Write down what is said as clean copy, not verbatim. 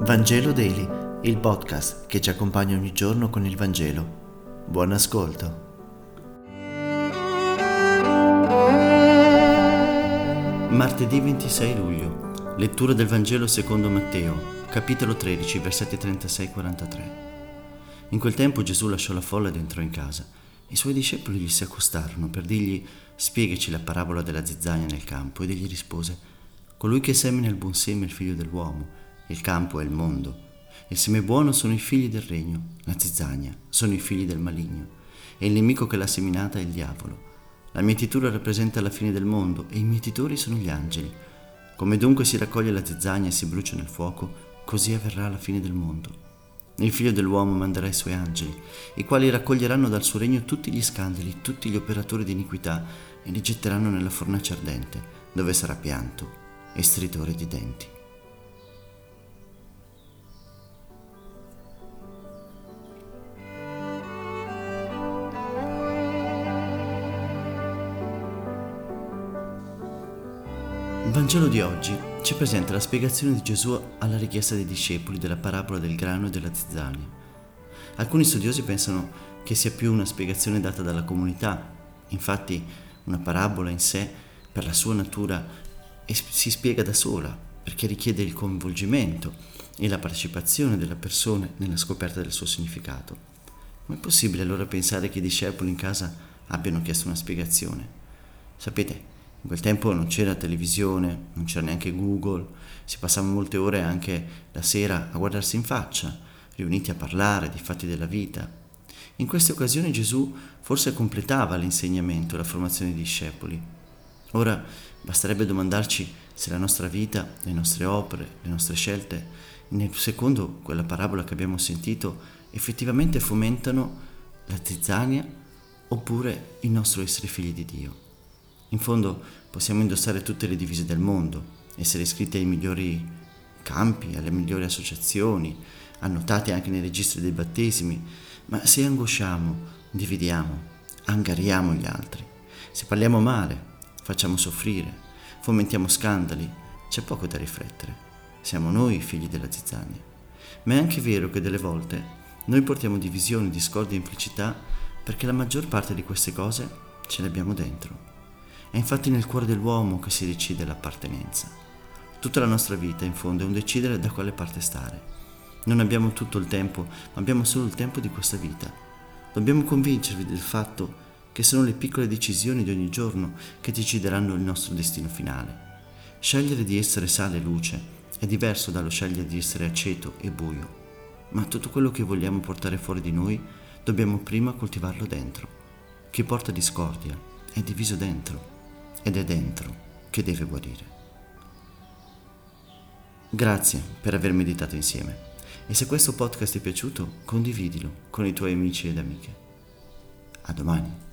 Vangelo Daily, il podcast che ci accompagna ogni giorno con il Vangelo. Buon ascolto. Martedì 26 luglio. Lettura del Vangelo secondo Matteo, capitolo 13, versetti 36-43. In quel tempo Gesù lasciò la folla ed entrò in casa. I suoi discepoli gli si accostarono per dirgli: «Spiegaci la parabola della zizzania nel campo». Ed egli rispose: «Colui che semina il buon seme è il figlio dell'uomo, il campo è il mondo. Il seme buono sono i figli del regno, la zizzania sono i figli del maligno, e il nemico che l'ha seminata è il diavolo. La mietitura rappresenta la fine del mondo e i mietitori sono gli angeli. Come dunque si raccoglie la zizzania e si brucia nel fuoco, così avverrà la fine del mondo. Il figlio dell'uomo manderà i suoi angeli, i quali raccoglieranno dal suo regno tutti gli scandali, tutti gli operatori di iniquità, e li getteranno nella fornace ardente, dove sarà pianto e stridore di denti». Il Vangelo di oggi ci presenta la spiegazione di Gesù alla richiesta dei discepoli della parabola del grano e della zizzania. Alcuni studiosi pensano che sia più una spiegazione data dalla comunità. Infatti, una parabola in sé, per la sua natura, si spiega da sola, perché richiede il coinvolgimento e la partecipazione della persona nella scoperta del suo significato. Ma è possibile allora pensare che i discepoli in casa abbiano chiesto una spiegazione? Sapete, in quel tempo non c'era televisione, non c'era neanche Google, si passavano molte ore anche la sera a guardarsi in faccia, riuniti a parlare dei fatti della vita. In queste occasioni Gesù forse completava l'insegnamento e la formazione dei discepoli. Ora basterebbe domandarci se la nostra vita, le nostre opere, le nostre scelte, secondo quella parabola che abbiamo sentito, effettivamente fomentano la zizzania oppure il nostro essere figli di Dio. In fondo possiamo indossare tutte le divise del mondo, essere iscritti ai migliori campi, alle migliori associazioni, annotati anche nei registri dei battesimi, ma se angosciamo, dividiamo, angariamo gli altri, se parliamo male, facciamo soffrire, fomentiamo scandali, c'è poco da riflettere. Siamo noi figli della zizzania. Ma è anche vero che delle volte noi portiamo divisioni, discordia e implicità perché la maggior parte di queste cose ce le abbiamo dentro. È infatti nel cuore dell'uomo che si decide l'appartenenza. Tutta la nostra vita, in fondo, è un decidere da quale parte stare. Non abbiamo tutto il tempo, ma abbiamo solo il tempo di questa vita. Dobbiamo convincervi del fatto che sono le piccole decisioni di ogni giorno che decideranno il nostro destino finale. Scegliere di essere sale e luce è diverso dallo scegliere di essere aceto e buio. Ma tutto quello che vogliamo portare fuori di noi, dobbiamo prima coltivarlo dentro. Chi porta discordia è diviso dentro. Ed è dentro che deve guarire. Grazie per aver meditato insieme e se questo podcast ti è piaciuto, condividilo con i tuoi amici ed amiche. A domani.